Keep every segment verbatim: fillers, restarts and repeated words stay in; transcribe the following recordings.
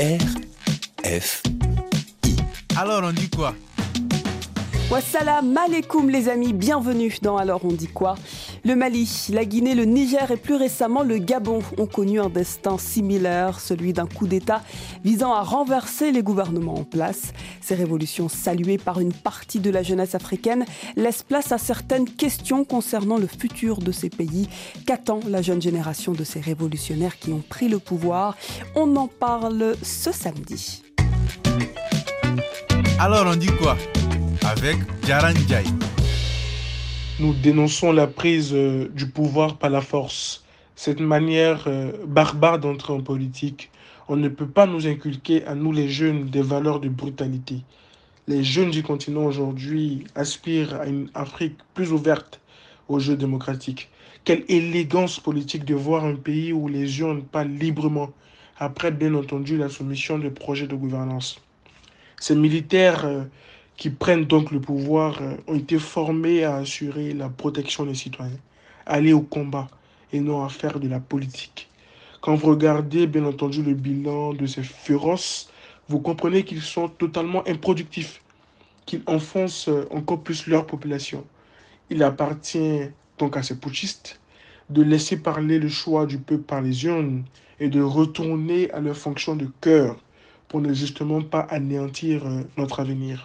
R F I. Alors on dit quoi? Wassalam alaikum les amis, bienvenue dans Alors on dit quoi? Le Mali, la Guinée, le Niger et plus récemment le Gabon ont connu un destin similaire, celui d'un coup d'État visant à renverser les gouvernements en place. Ces révolutions saluées par une partie de la jeunesse africaine laissent place à certaines questions concernant le futur de ces pays. Qu'attend la jeune génération de ces révolutionnaires qui ont pris le pouvoir? On en parle ce samedi. Alors on dit quoi? Avec Jaran Jai. Nous dénonçons la prise euh, du pouvoir par la force, cette manière euh, barbare d'entrer en politique. On ne peut pas nous inculquer à nous les jeunes des valeurs de brutalité. Les jeunes du continent aujourd'hui aspirent à une Afrique plus ouverte aux jeux démocratiques. Quelle élégance politique de voir un pays où les urnes parlent librement, après bien entendu la soumission de projets de gouvernance. Ces militaires euh, qui prennent donc le pouvoir euh, ont été formés à assurer la protection des citoyens, à aller au combat et non à faire de la politique. Quand vous regardez bien entendu le bilan de ces féroces, vous comprenez qu'ils sont totalement improductifs, qu'ils enfoncent euh, encore plus leur population. Il appartient donc à ces putschistes de laisser parler le choix du peuple par les urnes et de retourner à leur fonction de cœur pour ne justement pas anéantir euh, notre avenir.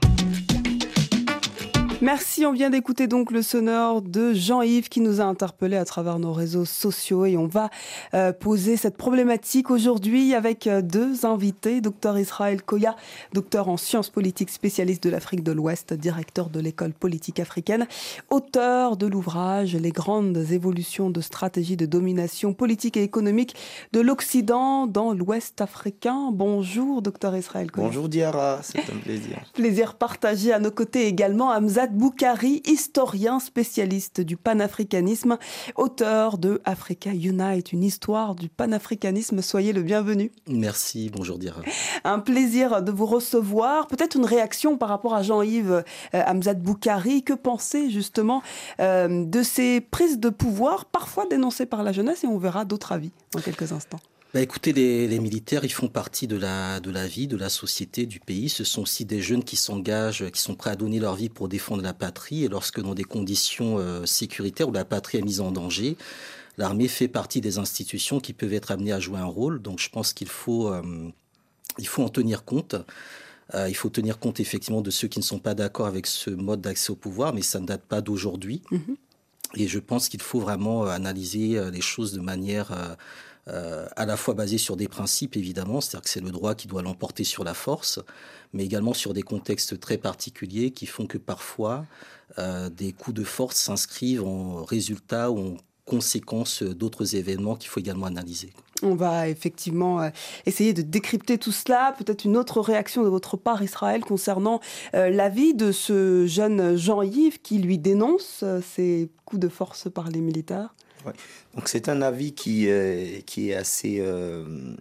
Merci, on vient d'écouter donc le sonore de Jean-Yves qui nous a interpellés à travers nos réseaux sociaux et on va euh, poser cette problématique aujourd'hui avec euh, deux invités, docteur Israël Koya, docteur en sciences politiques, spécialiste de l'Afrique de l'Ouest, directeur de l'école politique africaine, auteur de l'ouvrage Les grandes évolutions de stratégie de domination politique et économique de l'Occident dans l'Ouest africain. Bonjour docteur Israël Koya. Bonjour Diara, c'est un plaisir. Plaisir partagé. À nos côtés également Hamzat Boukari, historien spécialiste du panafricanisme, auteur de Africa Unite, une histoire du panafricanisme. Soyez le bienvenu. Merci, bonjour Dira. Un plaisir de vous recevoir. Peut-être une réaction par rapport à Jean-Yves euh, Hamzat Boukari. Que pensez justement euh, de ces prises de pouvoir, parfois dénoncées par la jeunesse, et on verra d'autres avis dans quelques instants. Bah écoutez, les, les militaires, ils font partie de la, de la vie, de la société, du pays. Ce sont aussi des jeunes qui s'engagent, qui sont prêts à donner leur vie pour défendre la patrie. Et lorsque dans des conditions euh, sécuritaires où la patrie est mise en danger, l'armée fait partie des institutions qui peuvent être amenées à jouer un rôle. Donc je pense qu'il faut, euh, il faut en tenir compte. Euh, il faut tenir compte effectivement de ceux qui ne sont pas d'accord avec ce mode d'accès au pouvoir, mais ça ne date pas d'aujourd'hui. Mmh. Et je pense qu'il faut vraiment analyser les choses de manière... Euh, Euh, à la fois basé sur des principes, évidemment, c'est-à-dire que c'est le droit qui doit l'emporter sur la force, mais également sur des contextes très particuliers qui font que parfois, euh, des coups de force s'inscrivent en résultat ou en conséquence d'autres événements qu'il faut également analyser. On va effectivement euh, essayer de décrypter tout cela. Peut-être une autre réaction de votre part, Israël, concernant euh, l'avis de ce jeune Jean-Yves qui lui dénonce euh, ces coups de force par les militaires. Ouais. Donc c'est un avis qui, euh, qui est assez euh,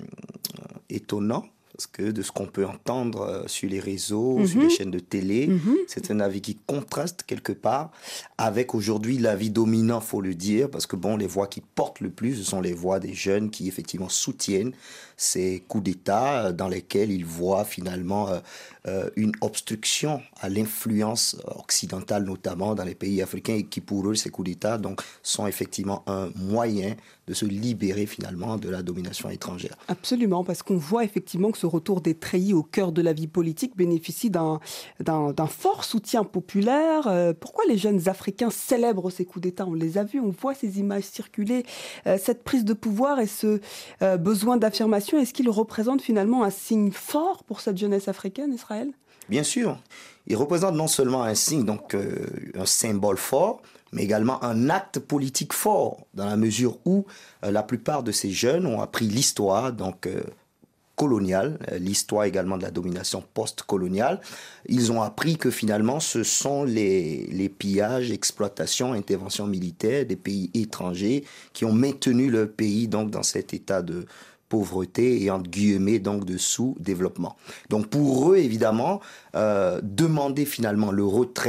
étonnant, parce que de ce qu'on peut entendre sur les réseaux, mm-hmm. sur les chaînes de télé, mm-hmm. c'est un avis qui contraste quelque part avec aujourd'hui l'avis dominant, faut le dire, parce que bon, les voix qui portent le plus, ce sont les voix des jeunes qui effectivement soutiennent ces coups d'État dans lesquels ils voient finalement euh, euh, une obstruction à l'influence occidentale, notamment dans les pays africains, et qui pour eux, ces coups d'État donc, sont effectivement un moyen de se libérer finalement de la domination étrangère. Absolument, parce qu'on voit effectivement que ce retour des treillis au cœur de la vie politique bénéficie d'un, d'un, d'un fort soutien populaire. Euh, pourquoi les jeunes Africains célèbrent ces coups d'État? On les a vus, on voit ces images circuler, euh, cette prise de pouvoir et ce euh, besoin d'affirmation. Est-ce qu'il représente finalement un signe fort pour cette jeunesse africaine, Israël? Bien sûr, il représente non seulement un signe, donc euh, un symbole fort, mais également un acte politique fort, dans la mesure où euh, la plupart de ces jeunes ont appris l'histoire, donc euh, coloniale, euh, l'histoire également de la domination post-coloniale. Ils ont appris que finalement, ce sont les, les pillages, exploitations, interventions militaires des pays étrangers qui ont maintenu leur pays donc dans cet état de pauvreté et entre guillemets donc de sous-développement. Donc pour eux, évidemment, euh, demander finalement le retrait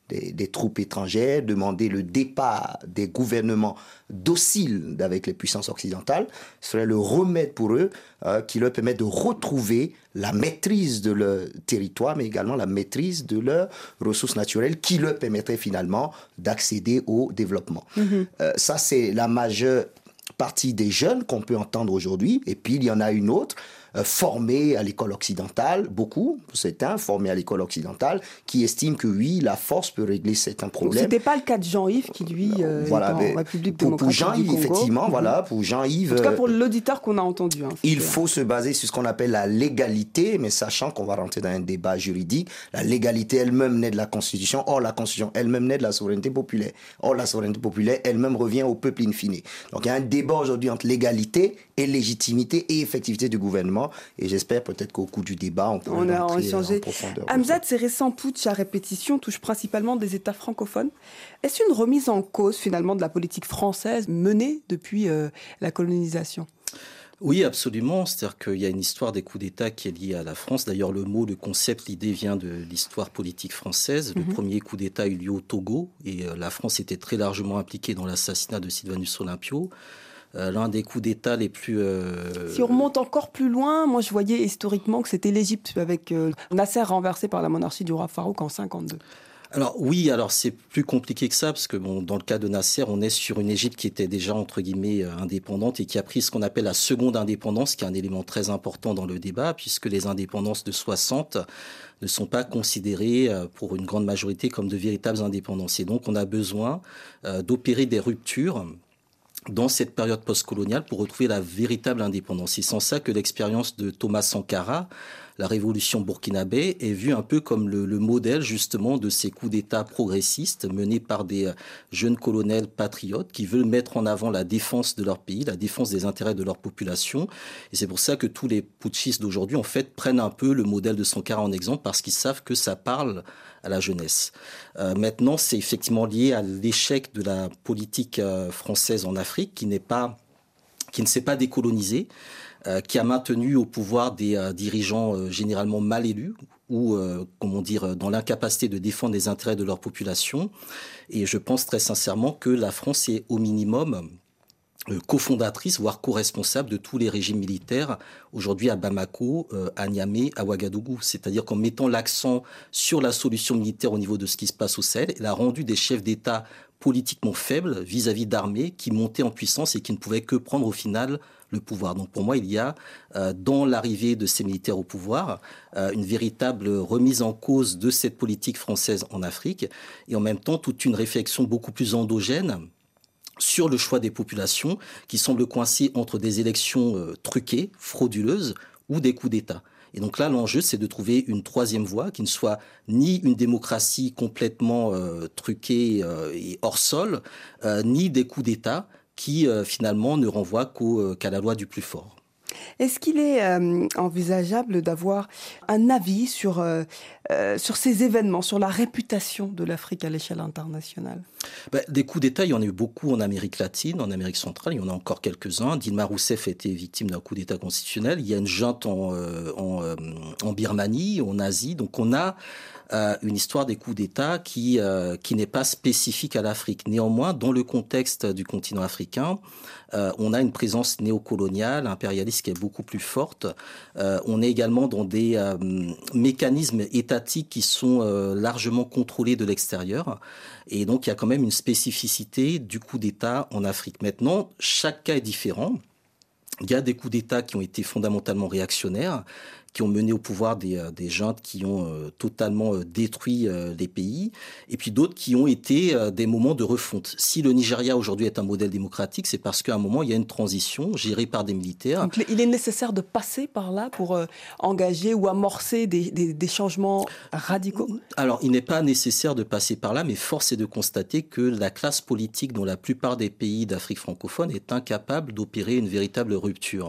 des, des troupes étrangères, demander le départ des gouvernements dociles avec les puissances occidentales, ce serait le remède pour eux euh, qui leur permet de retrouver la maîtrise de leur territoire, mais également la maîtrise de leurs ressources naturelles qui leur permettrait finalement d'accéder au développement. Mmh. Euh, ça, c'est la majeure partie des jeunes qu'on peut entendre aujourd'hui. Et puis, il y en a une autre, euh, formée à l'école occidentale, beaucoup, certains formés à l'école occidentale, qui estiment que oui, la force peut régler certains problèmes. Ce n'était pas le cas de Jean-Yves, qui lui euh, voilà, est en République pour, démocratique pour Jean-Yves, du Congo. effectivement, mmh. voilà, pour Jean-Yves... En tout cas, pour l'auditeur qu'on a entendu. Hein, il faut se baser sur ce qu'on appelle la légalité, mais sachant qu'on va rentrer dans un débat juridique. La légalité elle-même naît de la Constitution, or la Constitution elle-même naît de la souveraineté populaire. Or, la souveraineté populaire elle-même revient au peuple in fine. Donc, il y a un débat aujourd'hui entre légalité et légitimité et effectivité du gouvernement. Et j'espère peut-être qu'au cours du débat, on pourra on rentrer en profondeur. Hamzat, ces récents putschs à répétition touchent principalement des États francophones. Est-ce une remise en cause finalement de la politique française menée depuis euh, la colonisation ? Oui, absolument. C'est-à-dire qu'il y a une histoire des coups d'État qui est liée à la France. D'ailleurs, le mot, le concept, l'idée vient de l'histoire politique française. Le mmh. premier coup d'État a eu lieu au Togo et euh, la France était très largement impliquée dans l'assassinat de Sylvanus Olympio. Euh, l'un des coups d'État les plus... Euh... Si on remonte encore plus loin, moi je voyais historiquement que c'était l'Égypte avec euh, Nasser renversé par la monarchie du roi Farouk en cinquante-deux. Alors oui, alors c'est plus compliqué que ça parce que bon, dans le cas de Nasser, on est sur une Égypte qui était déjà entre guillemets indépendante et qui a pris ce qu'on appelle la seconde indépendance, qui est un élément très important dans le débat puisque les indépendances de soixante ne sont pas considérées pour une grande majorité comme de véritables indépendances. Et donc on a besoin euh, d'opérer des ruptures dans cette période postcoloniale pour retrouver la véritable indépendance. C'est sans ça que l'expérience de Thomas Sankara, la révolution burkinabé, est vue un peu comme le, le modèle justement de ces coups d'État progressistes menés par des jeunes colonels patriotes qui veulent mettre en avant la défense de leur pays, la défense des intérêts de leur population. Et c'est pour ça que tous les putschistes d'aujourd'hui, en fait, prennent un peu le modèle de Sankara en exemple parce qu'ils savent que ça parle à la jeunesse. Euh, maintenant, c'est effectivement lié à l'échec de la politique euh, française en Afrique qui n'est pas, qui ne s'est pas décolonisée, euh, qui a maintenu au pouvoir des euh, dirigeants euh, généralement mal élus ou, euh, comment dire, dans l'incapacité de défendre les intérêts de leur population. Et je pense très sincèrement que la France est au minimum Euh, cofondatrice, voire co-responsable de tous les régimes militaires aujourd'hui à Bamako, euh, à Niamey, à Ouagadougou. C'est-à-dire qu'en mettant l'accent sur la solution militaire au niveau de ce qui se passe au Sahel, elle a rendu des chefs d'État politiquement faibles vis-à-vis d'armées qui montaient en puissance et qui ne pouvaient que prendre au final le pouvoir. Donc pour moi, il y a euh, dans l'arrivée de ces militaires au pouvoir euh, une véritable remise en cause de cette politique française en Afrique et en même temps toute une réflexion beaucoup plus endogène sur le choix des populations qui semblent coincées entre des élections euh, truquées, frauduleuses ou des coups d'État. Et donc là, l'enjeu, c'est de trouver une troisième voie qui ne soit ni une démocratie complètement euh, truquée euh, et hors sol, euh, ni des coups d'État qui euh, finalement ne renvoient qu'au, euh, qu'à la loi du plus fort. Est-ce qu'il est euh, envisageable d'avoir un avis sur, euh, euh, sur ces événements, sur la réputation de l'Afrique à l'échelle internationale ? Ben, des coups d'État, il y en a eu beaucoup en Amérique latine, en Amérique centrale, il y en a encore quelques-uns. Dilma Rousseff a été victime d'un coup d'État constitutionnel. Il y a une junte en, euh, en, euh, en Birmanie, en Asie. Donc on a euh, une histoire des coups d'État qui, euh, qui n'est pas spécifique à l'Afrique. Néanmoins, dans le contexte du continent africain, euh, on a une présence néocoloniale, impérialiste qui est beaucoup plus forte. Euh, on est également dans des euh, mécanismes étatiques qui sont euh, largement contrôlés de l'extérieur. Et donc, il y a quand même une spécificité du coup d'État en Afrique. Maintenant, chaque cas est différent. Il y a des coups d'État qui ont été fondamentalement réactionnaires, qui ont mené au pouvoir des, des juntes qui ont euh, totalement euh, détruit euh, les pays, et puis d'autres qui ont été euh, des moments de refonte. Si le Nigeria aujourd'hui est un modèle démocratique, c'est parce qu'à un moment, il y a une transition gérée par des militaires. Donc, il est nécessaire de passer par là pour euh, engager ou amorcer des, des, des changements radicaux ? Alors, il n'est pas nécessaire de passer par là, mais force est de constater que la classe politique dans la plupart des pays d'Afrique francophone est incapable d'opérer une véritable rupture.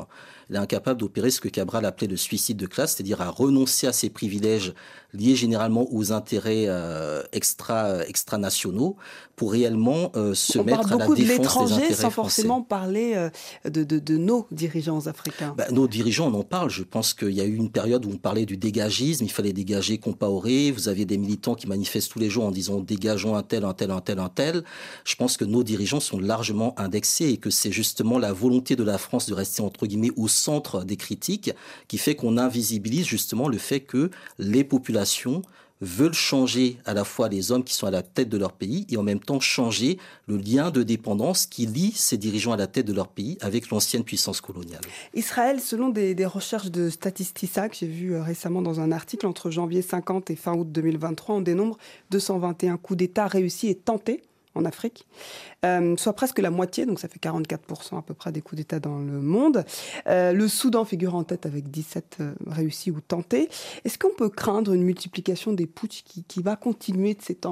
elle est incapable d'opérer ce que Cabral appelait le suicide de classe, c'est-à-dire à renoncer à ses privilèges liés généralement aux intérêts euh, extra, extra-nationaux pour réellement euh, se On mettre à la défense de des l'étranger intérêts sans français. forcément parler euh, de, de, de nos dirigeants africains. Bah, nos dirigeants, on en parle. Je pense qu'il y a eu une période où on parlait du dégagisme, il fallait dégager Compaoré, vous aviez des militants qui manifestent tous les jours en disant dégageons un tel, un tel, un tel, un tel. Je pense que nos dirigeants sont largement indexés et que c'est justement la volonté de la France de rester entre guillemets au centre des critiques qui fait qu'on invisibilise justement le fait que les populations veulent changer à la fois les hommes qui sont à la tête de leur pays et en même temps changer le lien de dépendance qui lie ces dirigeants à la tête de leur pays avec l'ancienne puissance coloniale. Israël, selon des, des recherches de Statista que j'ai vues euh, récemment dans un article, entre janvier cinquante et fin août deux mille vingt-trois, on dénombre deux cent vingt et un coups d'État réussis et tentés en Afrique, euh, soit presque la moitié, donc ça fait quarante-quatre pour cent à peu près des coups d'État dans le monde. Euh, le Soudan figure en tête avec dix-sept euh, réussis ou tentés. Est-ce qu'on peut craindre une multiplication des putschs qui, qui va continuer de s'étendre ?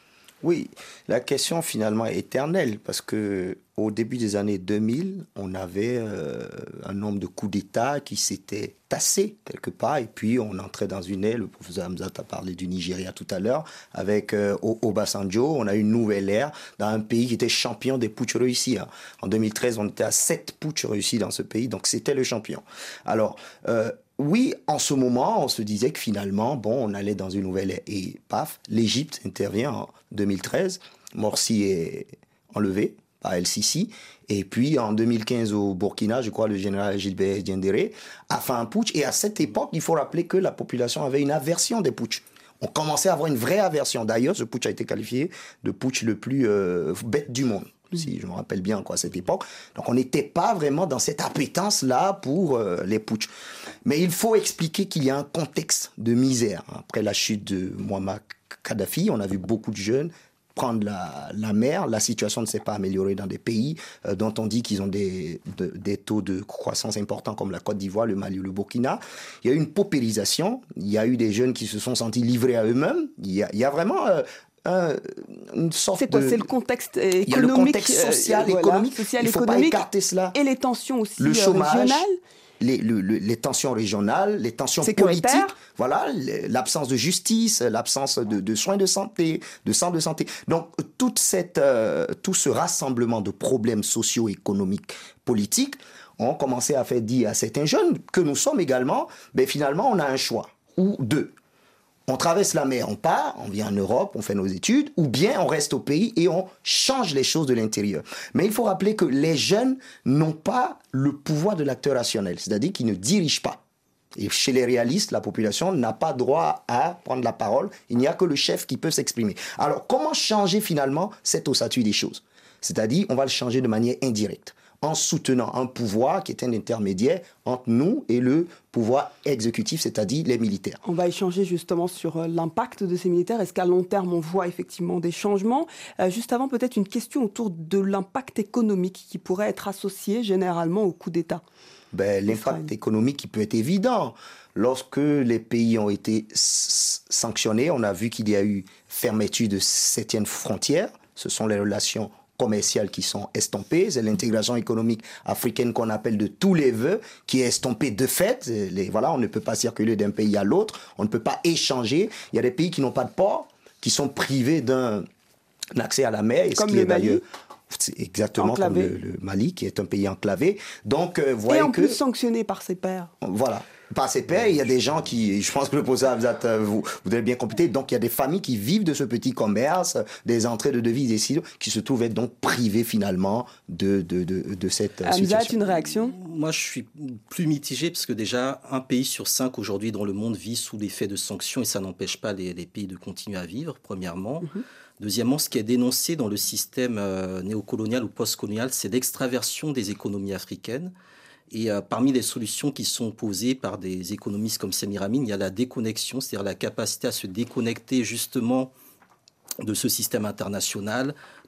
Oui, la question finalement est éternelle parce que au début des années deux mille, on avait euh, un nombre de coups d'État qui s'étaient tassés quelque part et puis on entrait dans une ère, le professeur Hamzat a parlé du Nigeria tout à l'heure, avec euh, Obasanjo, on a une nouvelle ère dans un pays qui était champion des putschs réussis. Hein. En deux mille treize, on était à sept putschs réussis dans ce pays, donc c'était le champion. Alors, euh, oui, en ce moment, on se disait que finalement, bon, on allait dans une nouvelle ère. Et paf, l'Égypte intervient en deux mille treize. Morsi est enlevé par El-Sisi. Et puis, en deux mille quinze, au Burkina, je crois, le général Gilbert Diendéré a fait un putsch. Et à cette époque, il faut rappeler que la population avait une aversion des putschs. On commençait à avoir une vraie aversion. D'ailleurs, ce putsch a été qualifié de putsch le plus euh, bête du monde. Si je me rappelle bien quoi, à cette époque. Donc on n'était pas vraiment dans cette appétence-là pour euh, les putschs. Mais il faut expliquer qu'il y a un contexte de misère. Après la chute de Muammar Kadhafi, on a vu beaucoup de jeunes prendre la, la mer. La situation ne s'est pas améliorée dans des pays euh, dont on dit qu'ils ont des, de, des taux de croissance importants comme la Côte d'Ivoire, le Mali ou le Burkina. Il y a eu une paupérisation. Il y a eu des jeunes qui se sont sentis livrés à eux-mêmes. Il y a, il y a vraiment... Euh, Un, une sorte c'est quoi, de... c'est le contexte économique, il y a le contexte social, euh, économique. Voilà, social, il ne faut économique, pas écarter cela. Et les tensions aussi le chômage, régionales. Les, le, le, les tensions régionales, les tensions sécuritaires. politiques, voilà, l'absence de justice, l'absence de, de soins de santé, de centres de santé. Donc, toute cette, euh, tout ce rassemblement de problèmes socio-économiques, politiques, ont commencé à faire dire à certains jeunes que nous sommes également, ben finalement, on a un choix, ou deux. On traverse la mer, on part, on vient en Europe, on fait nos études, ou bien on reste au pays et on change les choses de l'intérieur. Mais il faut rappeler que les jeunes n'ont pas le pouvoir de l'acteur rationnel, c'est-à-dire qu'ils ne dirigent pas. Et chez les réalistes, la population n'a pas droit à prendre la parole, il n'y a que le chef qui peut s'exprimer. Alors comment changer finalement cette ossature des choses ? C'est-à-dire, on va le changer de manière indirecte, en soutenant un pouvoir qui est un intermédiaire entre nous et le pouvoir exécutif, c'est-à-dire les militaires. On va échanger justement sur l'impact de ces militaires. Est-ce qu'à long terme, on voit effectivement des changements ? euh, Juste avant, peut-être une question autour de l'impact économique qui pourrait être associé généralement au coup d'État. Ben, l'impact économique qui peut être évident. Lorsque les pays ont été sanctionnés, on a vu qu'il y a eu fermeture de certaines frontières. Ce sont les relations commerciales qui sont estompées, c'est l'intégration économique africaine qu'on appelle de tous les vœux, qui est estompée de fait. Les, voilà, on ne peut pas circuler d'un pays à l'autre, on ne peut pas échanger. Il y a des pays qui n'ont pas de port, qui sont privés d'un accès à la mer. Et comme ce qui le est Mali. C'est exactement Enclavé. comme le, le Mali, qui est un pays enclavé. Donc, euh, vous voyez Et en que, plus sanctionné par ses pairs. Voilà. Par ses pairs, il y a des gens qui, je pense que le professeur Hamzat, vous, vous devez bien compléter, donc il y a des familles qui vivent de ce petit commerce, des entrées de devises et ci, qui se trouvent être donc privées finalement de, de, de, de cette Hamzat, situation. une réaction ? Moi, je suis plus mitigé parce que déjà, un pays sur cinq aujourd'hui dans le monde vit sous l'effet de sanctions et ça n'empêche pas les, les pays de continuer à vivre, premièrement. Mm-hmm. Deuxièmement, ce qui est dénoncé dans le système euh, néocolonial ou post-colonial, c'est l'extraversion des économies africaines. Et euh, parmi les solutions qui sont posées par des économistes comme Samir Amin, il y a la déconnexion, c'est-à-dire la capacité à se déconnecter justement de ce système international,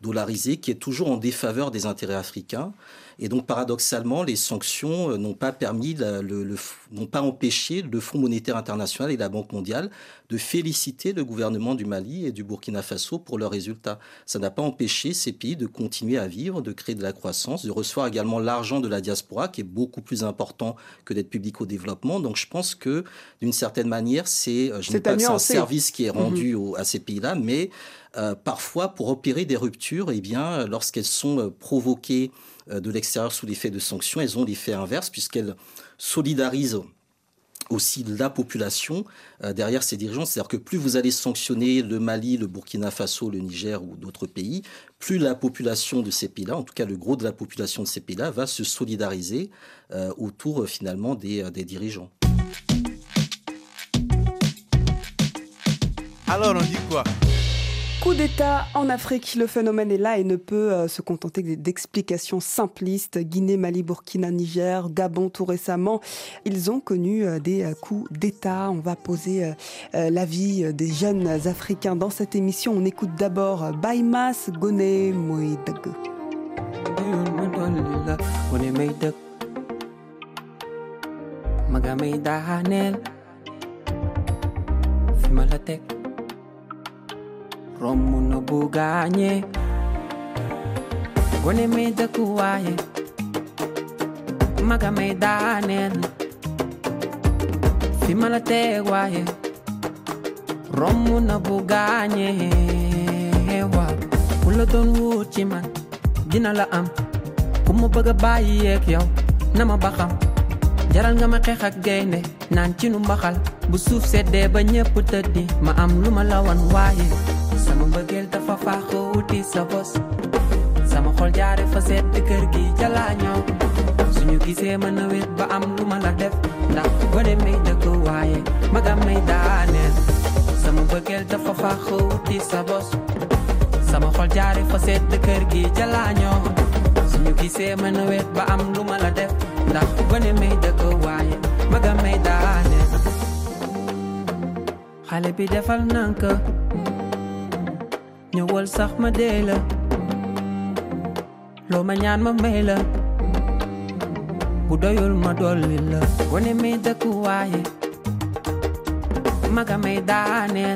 dollarisé qui est toujours en défaveur des intérêts africains. Et donc, paradoxalement, les sanctions n'ont pas permis, la, le, le, n'ont pas empêché le Fonds monétaire international et la Banque mondiale de féliciter le gouvernement du Mali et du Burkina Faso pour leurs résultats. Ça n'a pas empêché ces pays de continuer à vivre, de créer de la croissance, de recevoir également l'argent de la diaspora, qui est beaucoup plus important que d'être public au développement. Donc, je pense que, d'une certaine manière, c'est, je ne dis pas que c'est un service qui est rendu mmh. au, à ces pays-là, mais euh, parfois, pour opérer des ruptures, eh bien, lorsqu'elles sont euh, provoquées de l'extérieur sous l'effet de sanctions, elles ont l'effet inverse puisqu'elles solidarisent aussi la population euh, derrière ces dirigeants. C'est-à-dire que plus vous allez sanctionner le Mali, le Burkina Faso, le Niger ou d'autres pays, plus la population de ces pays-là, en tout cas le gros de la population de ces pays-là, va se solidariser euh, autour euh, finalement des, euh, des dirigeants. Alors on dit quoi ? Coup d'État en Afrique, le phénomène est là et ne peut euh, se contenter d'explications simplistes. Guinée, Mali, Burkina, Niger, Gabon tout récemment, ils ont connu euh, des euh, coups d'État. On va poser euh, euh, l'avis des jeunes Africains dans cette émission. On écoute d'abord euh, Baimas Gone Moïdag. Romu no buganye Gone me da kuwaye Maga me danen Fimala te waye Romu no buganye Wa Kula don wuchi man Dina la am Kumu baga bayi yek yaw Nama bakam Jaral nga ma xex ak gaynde Naan ci nu mbaxal Bu suuf sedde ba ñepp tëddi Ma am luma la wan waaye sama mbëggeel dafa faax wuti sa bos sama xol jaare fa sedd kër gi jalaa ñëw suñu gisee mën a wét ba am lu ma la def ndax gone may dëkk waaye magam may daaneel sama mbëggeel dafa faax wuti sa bos sama xol jaare fa sedd kër gi jalaa ñëw suñu gisee mën a wét ba am lu ma la def ndax gone may dëkk waaye magam may daaneel xale bi defal nank ñëwal sax ma dee la loo ma ñaan ma may la bu doyul ma dolli la gone may dëkk waaye maga may daaneel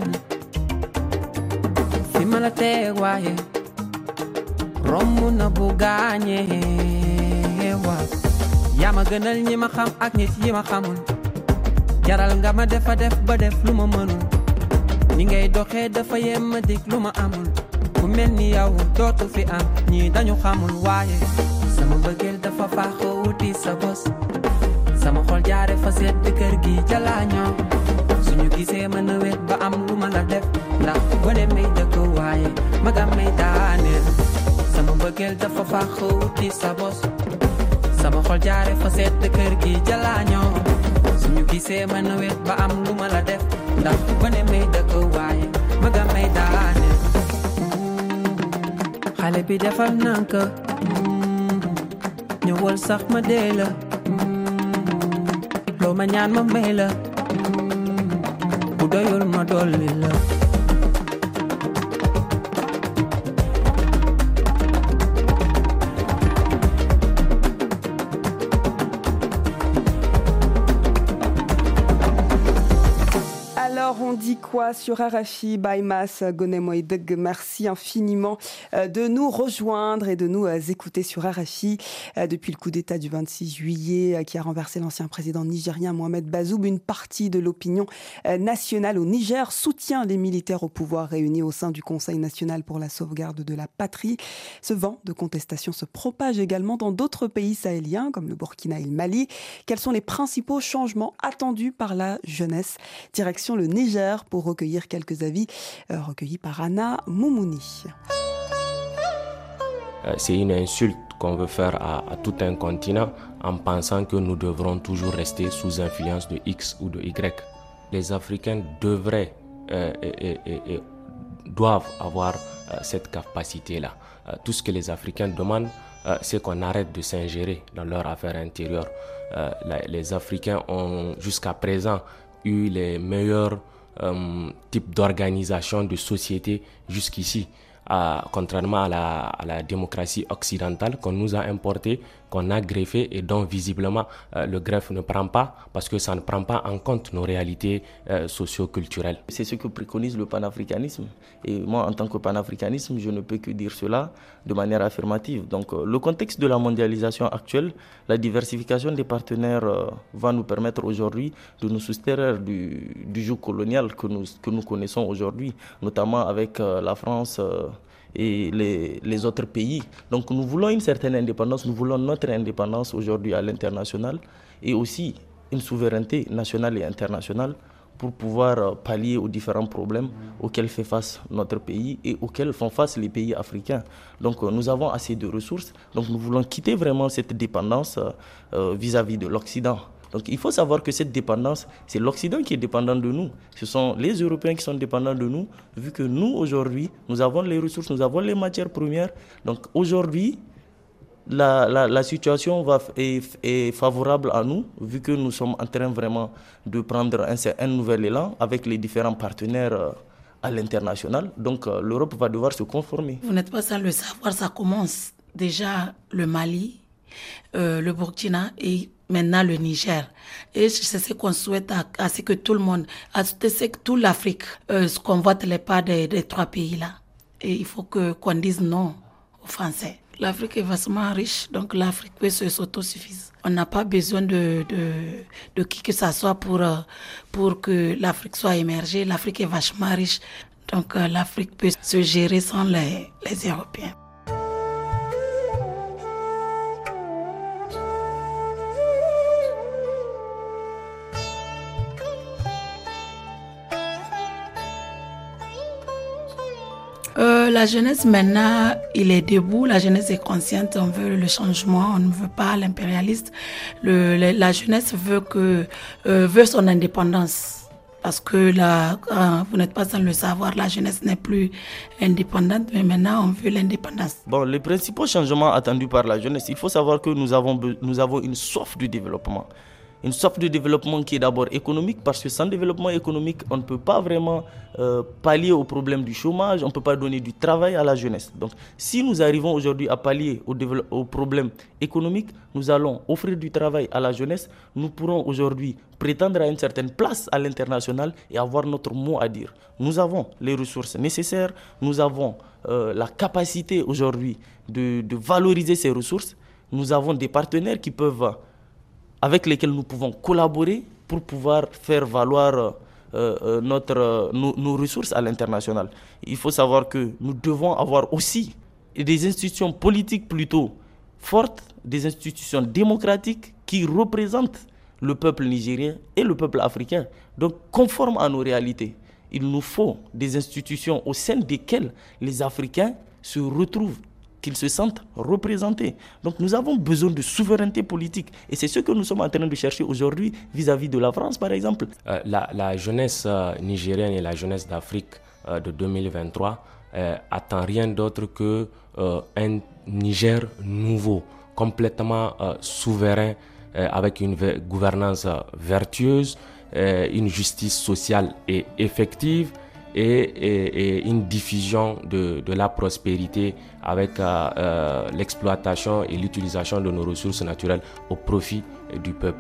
fi ma la teeg waaye romb na bu gaañee waa yaa ma gënal ñi ma xam ak nit yi ma xamul jaral nga ma defa def ba def lu ma mënul ni ngay doxee dafa yem ma dig lu ma amul ku mel ni yow dootu fi am ñii dañu xamul waaye sama bëggeel dafa faax wuti sa bos sama xol jaare fa sedd kër gi jalaa ñëw suñu gisee mën a wét ba am lu ma la def ndax gone may dëkk waaye magam may daaneel sama bëggeel dafa faax wuti sa bos sama xol jaare fa sedd kër gi jalaa ñëw suñu gisee mën a wét ba am lu ma la def ndax gone may dëkk waaye maga may daane xale bi defal nank ñëwal sax ma dee la loo ma ñaan ma may la bu doyul ma dolli la On dit quoi sur R F I, Baimas Gone Moïdag. Merci infiniment de nous rejoindre et de nous écouter sur R F I. Depuis le coup d'État du vingt-six juillet qui a renversé l'ancien président nigérien Mohamed Bazoum, une partie de l'opinion nationale au Niger soutient les militaires au pouvoir réunis au sein du Conseil national pour la sauvegarde de la patrie. Ce vent de contestation se propage également dans d'autres pays sahéliens comme le Burkina et le Mali. Quels sont les principaux changements attendus par la jeunesse ? Direction le Niger pour recueillir quelques avis euh, recueillis par Anna Moumouni. Euh, c'est une insulte qu'on veut faire à, à tout un continent en pensant que nous devrons toujours rester sous influence de X ou de Y. Les Africains devraient euh, et, et, et doivent avoir euh, cette capacité-là. Euh, tout ce que les Africains demandent, euh, c'est qu'on arrête de s'ingérer dans leurs affaires intérieures. Euh, la, les Africains ont jusqu'à présent eu les meilleurs Euh, type d'organisation de société jusqu'ici. à, contrairement à la, à la démocratie occidentale qu'on nous a importée, qu'on a greffée et dont visiblement euh, le greffe ne prend pas parce que ça ne prend pas en compte nos réalités euh, socio-culturelles. C'est ce que préconise le panafricanisme. Et moi, en tant que panafricanisme, je ne peux que dire cela de manière affirmative. Donc, euh, le contexte de la mondialisation actuelle, la diversification des partenaires euh, va nous permettre aujourd'hui de nous soustraire du, du joug colonial que nous, que nous connaissons aujourd'hui, notamment avec euh, la France euh, et les, les autres pays. Donc nous voulons une certaine indépendance, nous voulons notre indépendance aujourd'hui à l'international et aussi une souveraineté nationale et internationale pour pouvoir pallier aux différents problèmes auxquels fait face notre pays et auxquels font face les pays africains. Donc nous avons assez de ressources, donc nous voulons quitter vraiment cette dépendance euh, vis-à-vis de l'Occident. Donc il faut savoir que cette dépendance, c'est l'Occident qui est dépendant de nous. Ce sont les Européens qui sont dépendants de nous, vu que nous, aujourd'hui, nous avons les ressources, nous avons les matières premières. Donc aujourd'hui, la, la, la situation va, est, est favorable à nous, vu que nous sommes en train vraiment de prendre un, un nouvel élan avec les différents partenaires euh, à l'international. Donc euh, l'Europe va devoir se conformer. Vous n'êtes pas sans le savoir, ça commence déjà le Mali, euh, le Burkina et maintenant le Niger. Et c'est ce qu'on souhaite à, à ce que tout le monde, à ce que toute l'Afrique euh, convoite les pas des, des trois pays-là. Et il faut que, qu'on dise non aux Français. L'Afrique est vastement riche, donc l'Afrique peut s'autosuffire. On n'a pas besoin de, de, de qui que ce soit pour, pour que l'Afrique soit émergée. L'Afrique est vachement riche, donc euh, l'Afrique peut se gérer sans les, les Européens. Euh, la jeunesse maintenant, il est debout, la jeunesse est consciente, on veut le changement, on ne veut pas l'impérialiste. Le, le, la jeunesse veut, que, euh, veut son indépendance. Parce que là, vous n'êtes pas sans le savoir, la jeunesse n'est plus indépendante, mais maintenant on veut l'indépendance. Bon, les principaux changements attendus par la jeunesse, il faut savoir que nous avons, nous avons une soif de développement. Une soif de développement qui est d'abord économique, parce que sans développement économique, on ne peut pas vraiment euh, pallier au problème du chômage, on ne peut pas donner du travail à la jeunesse. Donc, si nous arrivons aujourd'hui à pallier au, au problème économique, nous allons offrir du travail à la jeunesse, nous pourrons aujourd'hui prétendre à une certaine place à l'international et avoir notre mot à dire. Nous avons les ressources nécessaires, nous avons euh, la capacité aujourd'hui de, de valoriser ces ressources, nous avons des partenaires qui peuvent... avec lesquels nous pouvons collaborer pour pouvoir faire valoir euh, euh, notre, euh, nos, nos ressources à l'international. Il faut savoir que nous devons avoir aussi des institutions politiques plutôt fortes, des institutions démocratiques qui représentent le peuple nigérien et le peuple africain, donc conformes à nos réalités. Il nous faut des institutions au sein desquelles les Africains se retrouvent, qu'ils se sentent représentés. Donc nous avons besoin de souveraineté politique. Et c'est ce que nous sommes en train de chercher aujourd'hui vis-à-vis de la France, par exemple. Euh, la, la jeunesse euh, nigérienne et la jeunesse d'Afrique euh, de deux mille vingt-trois euh, attend rien d'autre que euh, un Niger nouveau, complètement euh, souverain, euh, avec une gouvernance euh, vertueuse, euh, une justice sociale et effective, Et, et, et une diffusion de, de la prospérité avec euh, euh, l'exploitation et l'utilisation de nos ressources naturelles au profit du peuple.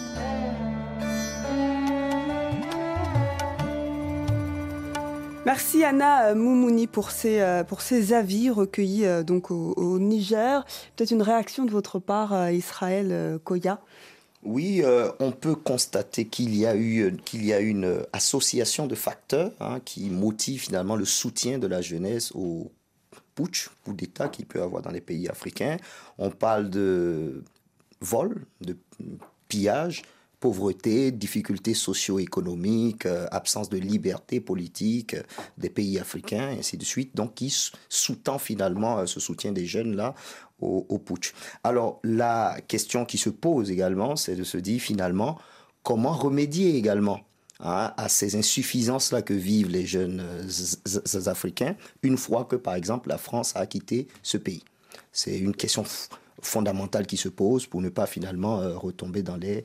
Merci Anna Moumouni pour ces, pour ces avis recueillis donc au, au Niger. Peut-être une réaction de votre part, Israël Koya? Oui, euh, on peut constater qu'il y a eu qu'il y a une association de facteurs hein, qui motive finalement le soutien de la jeunesse au putsch, coup d'État qu'il peut y avoir dans les pays africains. On parle de vol, de pillage, pauvreté, difficultés socio-économiques, euh, absence de liberté politique euh, des pays africains, et ainsi de suite. Donc, qui sous-tend finalement euh, ce soutien des jeunes-là au, au putsch. Alors, la question qui se pose également, c'est de se dire finalement, comment remédier également hein, à ces insuffisances-là que vivent les jeunes euh, africains, une fois que, par exemple, la France a quitté ce pays. C'est une question f- fondamentale qui se pose pour ne pas finalement euh, retomber dans les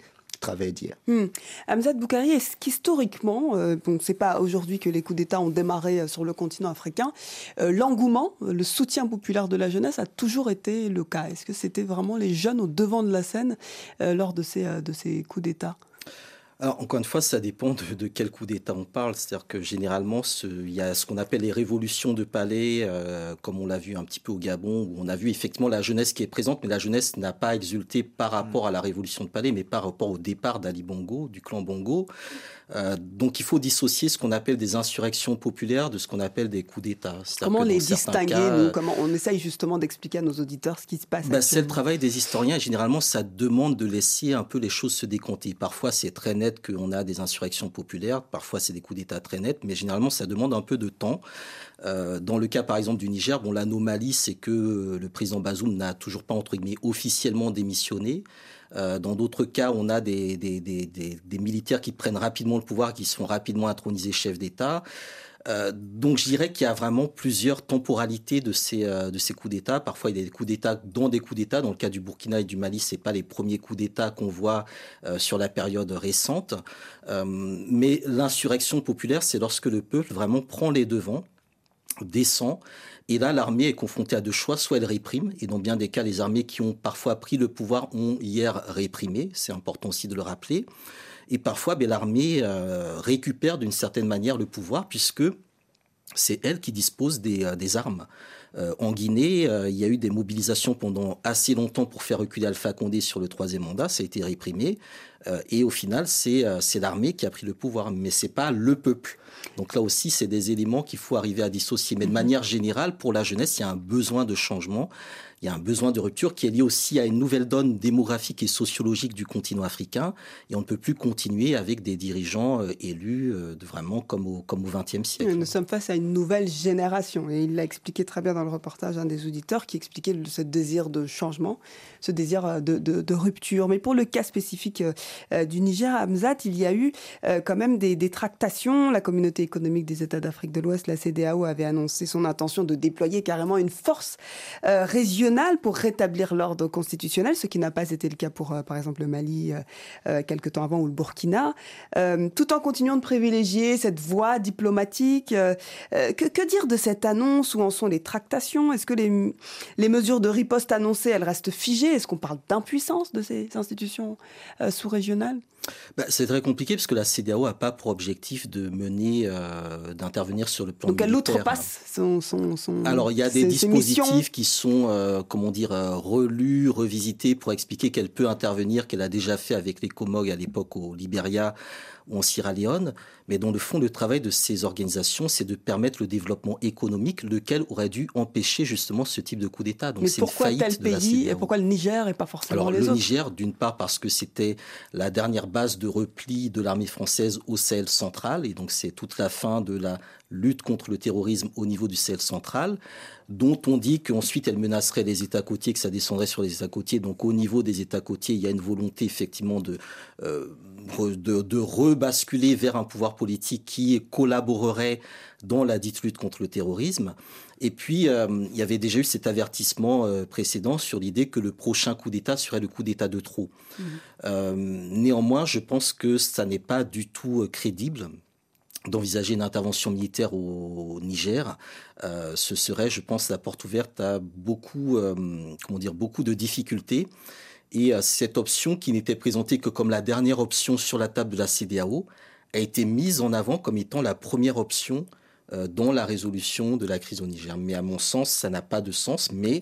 travers d'hier. Hmm. Hamzat Boukari, est-ce qu'historiquement, euh, bon, c'est pas aujourd'hui que les coups d'État ont démarré sur le continent africain, euh, l'engouement, le soutien populaire de la jeunesse a toujours été le cas? Est-ce que c'était vraiment les jeunes au devant de la scène euh, lors de ces, euh, de ces coups d'État? Alors, encore une fois, ça dépend de, de quel coup d'État on parle. C'est-à-dire que généralement, ce, il y a ce qu'on appelle les révolutions de palais, euh, comme on l'a vu un petit peu au Gabon, où on a vu effectivement la jeunesse qui est présente, mais la jeunesse n'a pas exulté par rapport à la révolution de palais, mais par rapport au départ d'Ali Bongo, du clan Bongo. Euh, donc, il faut dissocier ce qu'on appelle des insurrections populaires de ce qu'on appelle des coups d'État. Comment les distinguer, cas, nous, comment on essaye justement d'expliquer à nos auditeurs ce qui se passe? Bah, c'est le travail des historiens. Et généralement, ça demande de laisser un peu les choses se décompter. Parfois, c'est très net qu'on a des insurrections populaires. Parfois, c'est des coups d'État très nets. Mais généralement, ça demande un peu de temps. Euh, dans le cas, par exemple, du Niger, bon, l'anomalie, c'est que le président Bazoum n'a toujours pas, entre guillemets, officiellement démissionné. Euh, dans d'autres cas, on a des, des, des, des, des militaires qui prennent rapidement le pouvoir, qui sont rapidement intronisés chefs d'État. Euh, donc, je dirais qu'il y a vraiment plusieurs temporalités de ces, euh, de ces coups d'État. Parfois, il y a des coups d'État dans des coups d'État. Dans le cas du Burkina et du Mali, c'est pas les premiers coups d'État qu'on voit euh, sur la période récente. Euh, mais l'insurrection populaire, c'est lorsque le peuple vraiment prend les devants, descend. Et là, l'armée est confrontée à deux choix. Soit elle réprime, et dans bien des cas, les armées qui ont parfois pris le pouvoir ont hier réprimé. C'est important aussi de le rappeler. Et parfois, ben, l'armée euh, récupère d'une certaine manière le pouvoir, puisque c'est elle qui dispose des, euh, des armes. Euh, en Guinée, euh, il y a eu des mobilisations pendant assez longtemps pour faire reculer Alpha Condé sur le troisième mandat. Ça a été réprimé. Euh, et au final, c'est, euh, c'est l'armée qui a pris le pouvoir. Mais ce n'est pas le peuple. Donc là aussi, c'est des éléments qu'il faut arriver à dissocier. Mais de manière générale, pour la jeunesse, il y a un besoin de changement. Il y a un besoin de rupture qui est lié aussi à une nouvelle donne démographique et sociologique du continent africain. Et on ne peut plus continuer avec des dirigeants euh, élus euh, de vraiment comme au, comme au vingtième siècle. Nous sommes face à une nouvelle génération. Et il l'a expliqué très bien dans le reportage, un des auditeurs qui expliquait le, ce désir de changement, ce désir de, de, de rupture. Mais pour le cas spécifique euh, du Niger, Hamzat, il y a eu euh, quand même des, des tractations. La communauté économique des États d'Afrique de l'Ouest, la C E D A O, avait annoncé son intention de déployer carrément une force euh, régionale pour rétablir l'ordre constitutionnel, ce qui n'a pas été le cas pour, euh, par exemple, le Mali euh, euh, quelque temps avant ou le Burkina, euh, tout en continuant de privilégier cette voie diplomatique. Euh, euh, que, que dire de cette annonce? Où en sont les tractations? Est-ce que les, les mesures de riposte annoncées, elles restent figées? Est-ce qu'on parle d'impuissance de ces institutions euh, sous-régionales? Bah, c'est très compliqué parce que la C E D A O n'a pas pour objectif de mener, euh, d'intervenir sur le plan Donc militaire. Donc elle outrepasse son, son, son... Alors il y a des ses, dispositifs ses qui sont, euh, comment dire, euh, relus, revisités pour expliquer qu'elle peut intervenir, qu'elle a déjà fait avec les Comores à l'époque au Libéria ou en Sierra Leone. Mais dans le fond, le travail de ces organisations, c'est de permettre le développement économique, lequel aurait dû empêcher justement ce type de coup d'État. Donc Mais c'est pourquoi une faillite tel de pays la et pourquoi le Niger et pas forcément Alors, les le autres? Niger, d'une part parce que c'était la dernière base de repli de l'armée française au Sahel central, et donc c'est toute la fin de la lutte contre le terrorisme au niveau du Sahel central, dont on dit qu'ensuite elle menacerait les États côtiers, que ça descendrait sur les États côtiers. Donc au niveau des États côtiers, il y a une volonté effectivement de, euh, de, de rebasculer vers un pouvoir politique qui collaborerait dans la dite lutte contre le terrorisme. Et puis, euh, il y avait déjà eu cet avertissement euh, précédent sur l'idée que le prochain coup d'État serait le coup d'État de trop. Mmh. Euh, néanmoins, je pense que ça n'est pas du tout euh, crédible d'envisager une intervention militaire au, au Niger. Euh, ce serait, je pense, la porte ouverte à beaucoup, euh, comment dire, beaucoup de difficultés. Et euh, cette option, qui n'était présentée que comme la dernière option sur la table de la C E D A O, a été mise en avant comme étant la première option euh, dans la résolution de la crise au Niger. Mais à mon sens, ça n'a pas de sens. Mais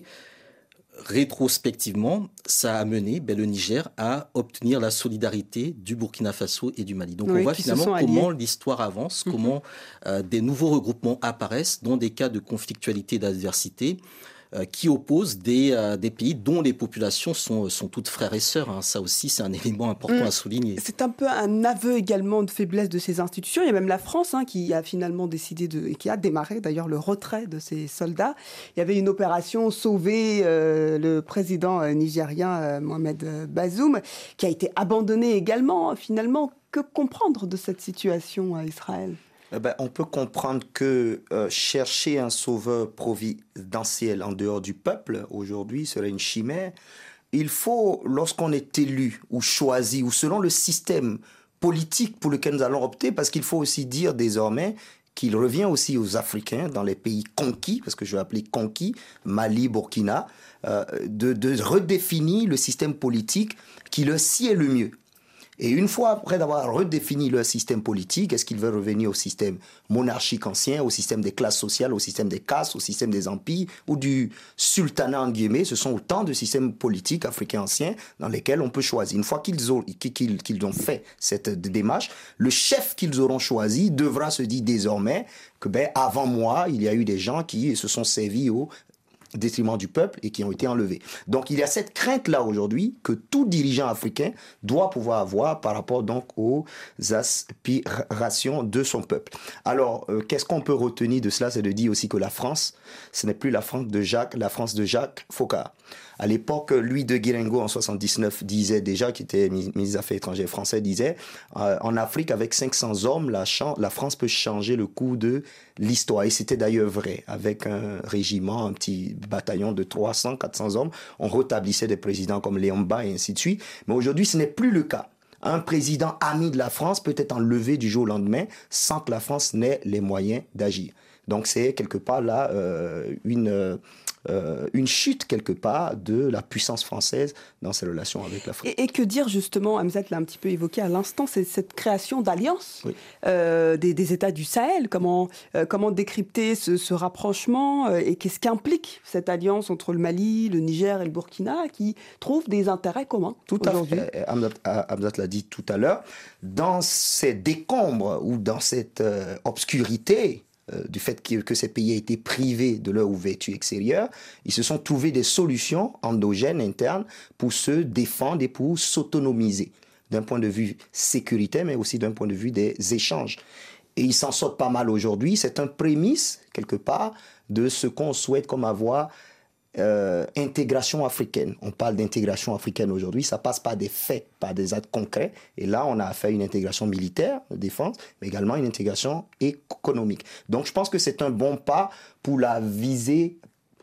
rétrospectivement, ça a amené ben, le Niger à obtenir la solidarité du Burkina Faso et du Mali. Donc oui, on voit finalement comment l'histoire avance, mmh. comment euh, des nouveaux regroupements apparaissent dans des cas de conflictualité et d'adversité euh, qui opposent des, euh, des pays dont les populations sont, sont toutes frères et sœurs. Hein. Ça aussi, c'est un élément important mmh. à souligner. C'est un peu un aveu également de faiblesse de ces institutions. Il y a même la France hein, qui a finalement décidé de, et qui a démarré d'ailleurs le retrait de ses soldats. Il y avait une opération sauver euh, le président euh, nigérien euh, Mohamed Bazoum, qui a été abandonné également. Finalement, que comprendre de cette situation à Israël ? Eh ben, on peut comprendre que euh, chercher un sauveur providentiel en dehors du peuple aujourd'hui serait une chimère il faut, lorsqu'on est élu ou choisi, ou selon le système politique pour lequel nous allons opter, parce qu'il faut aussi dire désormais qu'il revient aussi aux Africains dans les pays conquis, parce que je vais appeler conquis, Mali, Burkina, euh, de, de redéfinir le système politique qui leur sied le mieux. Et une fois après d'avoir redéfini leur système politique, est-ce qu'ils veulent revenir au système monarchique ancien, au système des classes sociales, au système des castes, au système des empires ou du sultanat en guillemets? Ce sont autant de systèmes politiques africains anciens dans lesquels on peut choisir. Une fois qu'ils ont, qu'ils, qu'ils ont fait cette démarche, le chef qu'ils auront choisi devra se dire désormais que ben, avant moi, il y a eu des gens qui se sont servis au détriment du peuple et qui ont été enlevés. Donc il y a cette crainte-là aujourd'hui que tout dirigeant africain doit pouvoir avoir par rapport donc aux aspirations de son peuple. Alors, euh, qu'est-ce qu'on peut retenir de cela? C'est de dire aussi que la France, ce n'est plus la France de Jacques, la France de Jacques Foccart. À l'époque, Louis de Guéringo, en soixante-dix-neuf, disait déjà, qui était ministre des Affaires étrangères français, disait euh, en Afrique, avec cinq cents hommes, la, la France peut changer le cours de l'histoire. Et c'était d'ailleurs vrai. Avec un régiment, un petit bataillon de trois cents, quatre cents hommes, on rétablissait des présidents comme Léon Mba et ainsi de suite. Mais aujourd'hui, ce n'est plus le cas. Un président ami de la France peut être enlevé du jour au lendemain sans que la France n'ait les moyens d'agir. Donc c'est quelque part là euh, une, euh, une chute quelque part de la puissance française dans ses relations avec l'Afrique. Et, et que dire justement, Hamzat l'a un petit peu évoqué à l'instant, c'est cette création d'alliances oui. euh, des, des États du Sahel. Comment, euh, comment décrypter ce, ce rapprochement euh, et qu'est-ce qu'implique cette alliance entre le Mali, le Niger et le Burkina qui trouvent des intérêts communs tout aujourd'hui. À fait. Hamzat l'a dit tout à l'heure. Dans ces décombres ou dans cette euh, obscurité, Euh, du fait que, que ces pays aient été privés de leur ouverture extérieure, ils se sont trouvés des solutions endogènes, internes, pour se défendre et pour s'autonomiser, d'un point de vue sécuritaire, mais aussi d'un point de vue des échanges. Et ils s'en sortent pas mal aujourd'hui. C'est un prémisse, quelque part, de ce qu'on souhaite comme avoir Euh, intégration africaine. On parle d'intégration africaine aujourd'hui, ça passe par des faits, par des actes concrets. Et là, on a fait une intégration militaire de défense, mais également une intégration économique. Donc, je pense que c'est un bon pas pour la visée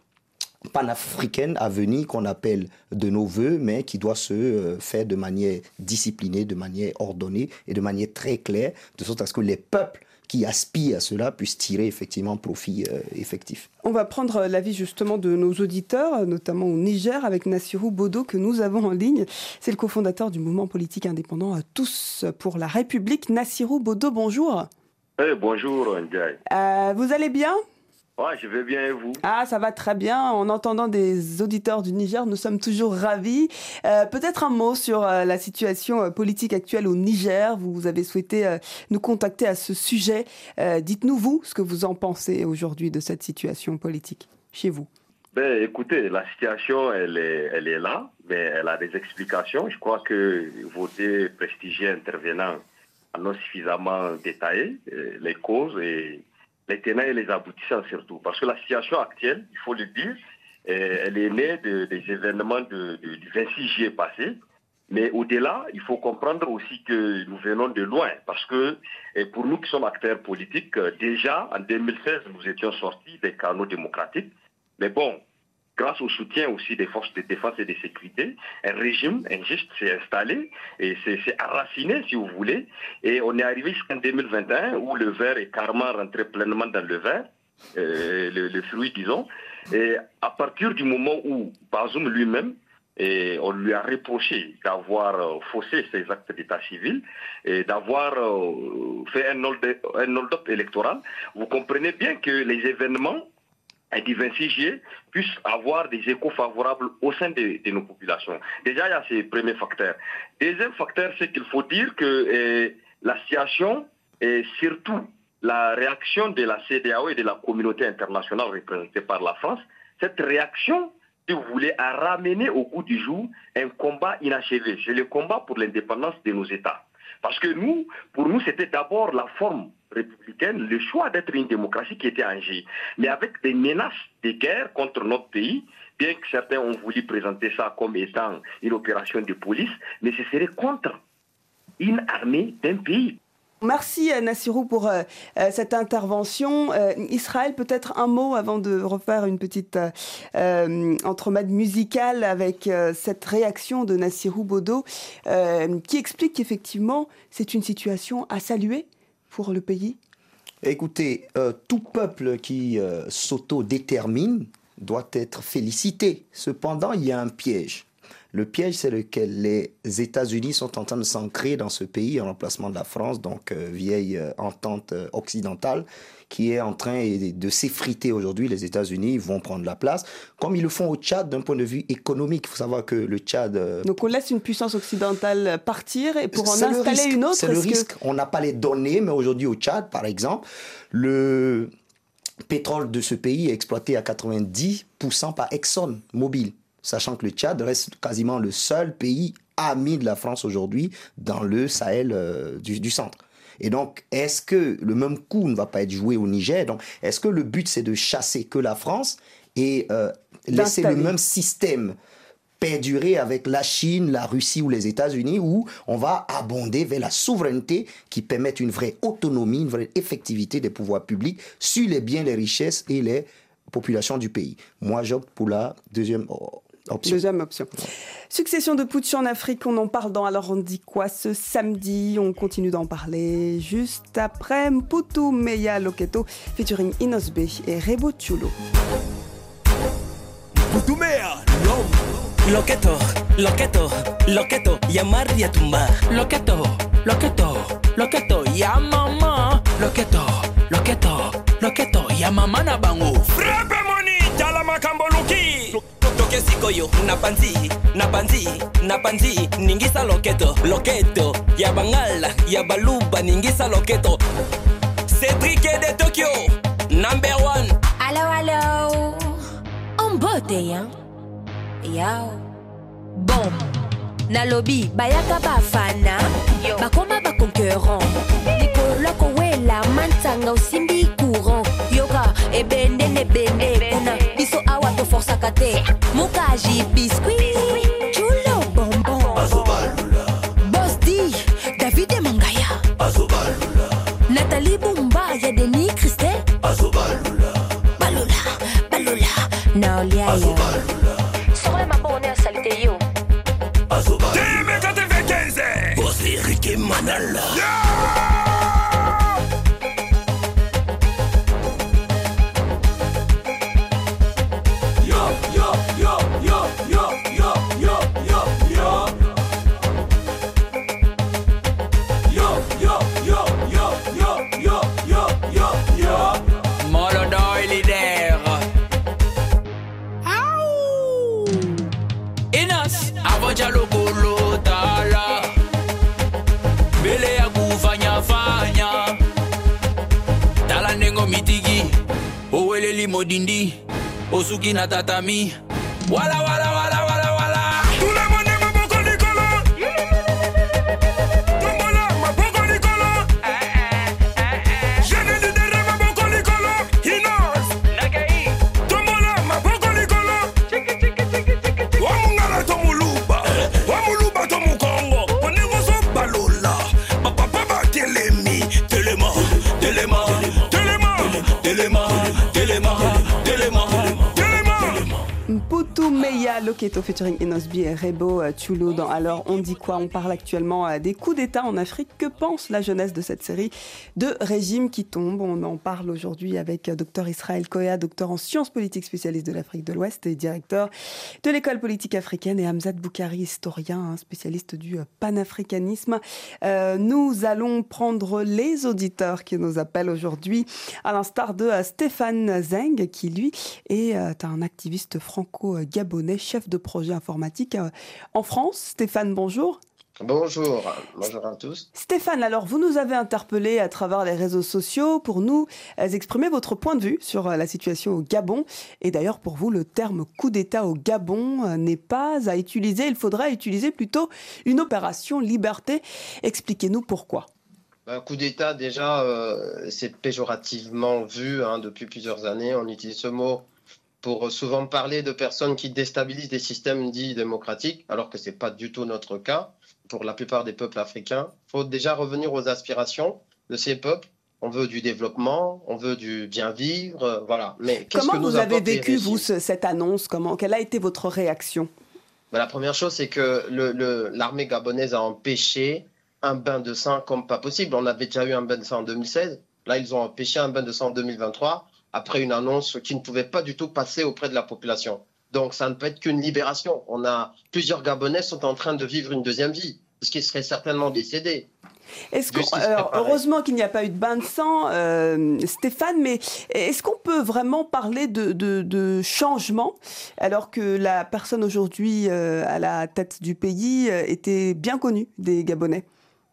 panafricaine à venir qu'on appelle de nos voeux, mais qui doit se euh, faire de manière disciplinée, de manière ordonnée et de manière très claire, de sorte à ce que les peuples qui aspirent à cela puissent tirer effectivement profit euh, effectif. On va prendre l'avis justement de nos auditeurs, notamment au Niger, avec Nassirou Bodo que nous avons en ligne. C'est le cofondateur du mouvement politique indépendant Tous pour la République. Nassirou Bodo, bonjour. Hey, bonjour Ndiaye. Euh, vous allez bien ? Ouais, je vais bien et vous? Ah, ça va très bien. En entendant des auditeurs du Niger, nous sommes toujours ravis. Euh, peut-être un mot sur euh, la situation euh, politique actuelle au Niger. Vous avez souhaité euh, nous contacter à ce sujet. Euh, dites-nous, vous, ce que vous en pensez aujourd'hui de cette situation politique chez vous. Ben, écoutez, la situation, elle est, elle est là, mais elle a des explications. Je crois que vos deux prestigieux intervenants en ont suffisamment détaillé euh, les causes et les tenants et les aboutissants surtout. Parce que la situation actuelle, il faut le dire, elle est née de, des événements de, de, du vingt-six juillet passé. Mais au-delà, il faut comprendre aussi que nous venons de loin. Parce que pour nous qui sommes acteurs politiques, déjà en deux mille seize, nous étions sortis des canaux démocratiques. Mais bon, grâce au soutien aussi des forces de défense et de sécurité, un régime injuste s'est installé et s'est enraciné, si vous voulez. Et on est arrivé jusqu'en deux mille vingt et un où le verre est carrément rentré pleinement dans le verre, euh, le, le fruit, disons. Et à partir du moment où Bazoum lui-même, et on lui a reproché d'avoir euh, faussé ses actes d'état civil et d'avoir euh, fait un hold-up électoral, vous comprenez bien que les événements du vingt-six juillet puissent avoir des échos favorables au sein de, de nos populations. Déjà, il y a ces premiers facteurs. Deuxième facteur, c'est qu'il faut dire que eh, la situation et surtout la réaction de la C E D E A O et de la communauté internationale représentée par la France, cette réaction, si vous voulez, a ramené au bout du jour un combat inachevé. C'est le combat pour l'indépendance de nos États. Parce que nous, pour nous, c'était d'abord la forme républicaine, le choix d'être une démocratie qui était en jeu. Mais avec des menaces de guerre contre notre pays, bien que certains ont voulu présenter ça comme étant une opération de police, mais ce serait contre une armée d'un pays. Merci Nassirou pour euh, cette intervention. Euh, Israël, peut-être un mot avant de refaire une petite euh, entremade musicale avec euh, cette réaction de Nassirou Bodo euh, qui explique qu'effectivement c'est une situation à saluer pour le pays. Écoutez, euh, tout peuple qui euh, s'autodétermine doit être félicité. Cependant, il y a un piège. Le piège, c'est lequel les États-Unis sont en train de s'ancrer dans ce pays en remplacement de la France, donc euh, vieille euh, entente euh, occidentale, qui est en train de s'effriter aujourd'hui. Les États-Unis vont prendre la place, comme ils le font au Tchad d'un point de vue économique. Il faut savoir que le Tchad... Euh, donc on laisse une puissance occidentale partir et pour en installer risque, une autre. C'est le risque. Que... On n'a pas les données, mais aujourd'hui au Tchad, par exemple, le pétrole de ce pays est exploité à quatre-vingt-dix pour cent par ExxonMobil. Sachant que le Tchad reste quasiment le seul pays ami de la France aujourd'hui dans le Sahel euh, du, du centre. Et donc, est-ce que le même coup ne va pas être joué au Niger? Donc, est-ce que le but, c'est de chasser que la France et euh, laisser le même système perdurer avec la Chine, la Russie ou les États-Unis, où on va abonder vers la souveraineté qui permette une vraie autonomie, une vraie effectivité des pouvoirs publics sur les biens, les richesses et les populations du pays? Moi, j'opte pour la deuxième option. Deuxième option. Succession de putsch en Afrique, on en parle dans Alors on dit quoi ce samedi. On continue d'en parler juste après Mputu Meya Loketo featuring Inosbe et Rebo Chulo. Mputu Meya Loketo, Loketo, Loketo, ya Maria Tumba. Loketo, Loketo, Loketo, ya mama. Loketo, Loketo, Loketo, ya mama na bango. Frappe moni, tala makambo luki. Toke sikoyo, napanzi, napanzi, napanzi, ningisa loketo, loketo, ya bangala, ya baluba, ningisa loketo. Cédric de Tokyo, number one. Allo, allo, on bote, hein? Yao. Bon, nalobi, bayaka bafana, bakoma ba concurrent. Nikolo kowela, mantanga usimbi courant. Yoga, ebende nebende, kuna biso awa to force akate. Mukaji biscuit, chulo bonbon. Boss D, David Mangaya. Nathalie Bumba, ya Denis Christet. Balula, balula, naolia ya. Sur la map, on est à salité yo. Dime quand tu fais quinze. Boss Eric Manala. Modindi, Osuki na tatami. Wala wala wala wala wala. Tout le monde est ma boko Nicola. Tombola ma boko Nicola. Jeune leader ma boko Nicola. Hinos. Nagai. Tombola ma boko Nicola. Chiki chiki chiki chiki. Wamungala tomuluba. Wamuluba tomukongo. Oningoso balola. Papa papa telemi. Telema. Telema. Telema. Telema. Telema. Mputu Meya Loketo featuring Inosbe et Rebo Chulo dans Alors on dit quoi. On parle actuellement des coups d'État en Afrique. Que pense la jeunesse de cette série de régimes qui tombent? On en parle aujourd'hui avec Dr Israël Koya, docteur en sciences politiques, spécialiste de l'Afrique de l'Ouest et directeur de l'école politique africaine, et Hamzat Boukari, historien, spécialiste du panafricanisme. Euh, nous allons prendre les auditeurs qui nous appellent aujourd'hui, à l'instar de Stéphane Zeng, qui lui est un activiste franco-gabonais, chef de projet informatique en France. Stéphane, bonjour. Bonjour, bonjour à tous. Stéphane, alors vous nous avez interpellés à travers les réseaux sociaux pour nous exprimer votre point de vue sur la situation au Gabon. Et d'ailleurs, pour vous, le terme coup d'État au Gabon n'est pas à utiliser. Il faudrait utiliser plutôt une opération liberté. Expliquez-nous pourquoi. Un coup d'État, déjà, euh, c'est péjorativement vu hein, depuis plusieurs années. On utilise ce mot pour souvent parler de personnes qui déstabilisent des systèmes dits démocratiques, alors que ce n'est pas du tout notre cas pour la plupart des peuples africains. Il faut déjà revenir aux aspirations. de ces peuples. On veut du développement, on veut du bien vivre, euh, voilà. Mais qu'est-ce Comment que nous vous avez apportent les vécu, vous, régimes? ce- cette annonce? Comment, quelle a été votre réaction? Ben, la première chose, c'est que le- le- l'armée gabonaise a empêché un bain de sang comme pas possible. On avait déjà eu un bain de sang en deux mille seize. Là, ils ont empêché un bain de sang en deux mille vingt-trois, après une annonce qui ne pouvait pas du tout passer auprès de la population. Donc, ça ne peut être qu'une libération. On a, plusieurs Gabonais sont en train de vivre une deuxième vie, ce qui serait certainement décédé. Est-ce que, Justice alors, préparée. heureusement qu'il n'y a pas eu de bain de sang, euh, Stéphane, mais est-ce qu'on peut vraiment parler de, de, de changement alors que la personne aujourd'hui euh, à la tête du pays euh, était bien connue des Gabonais?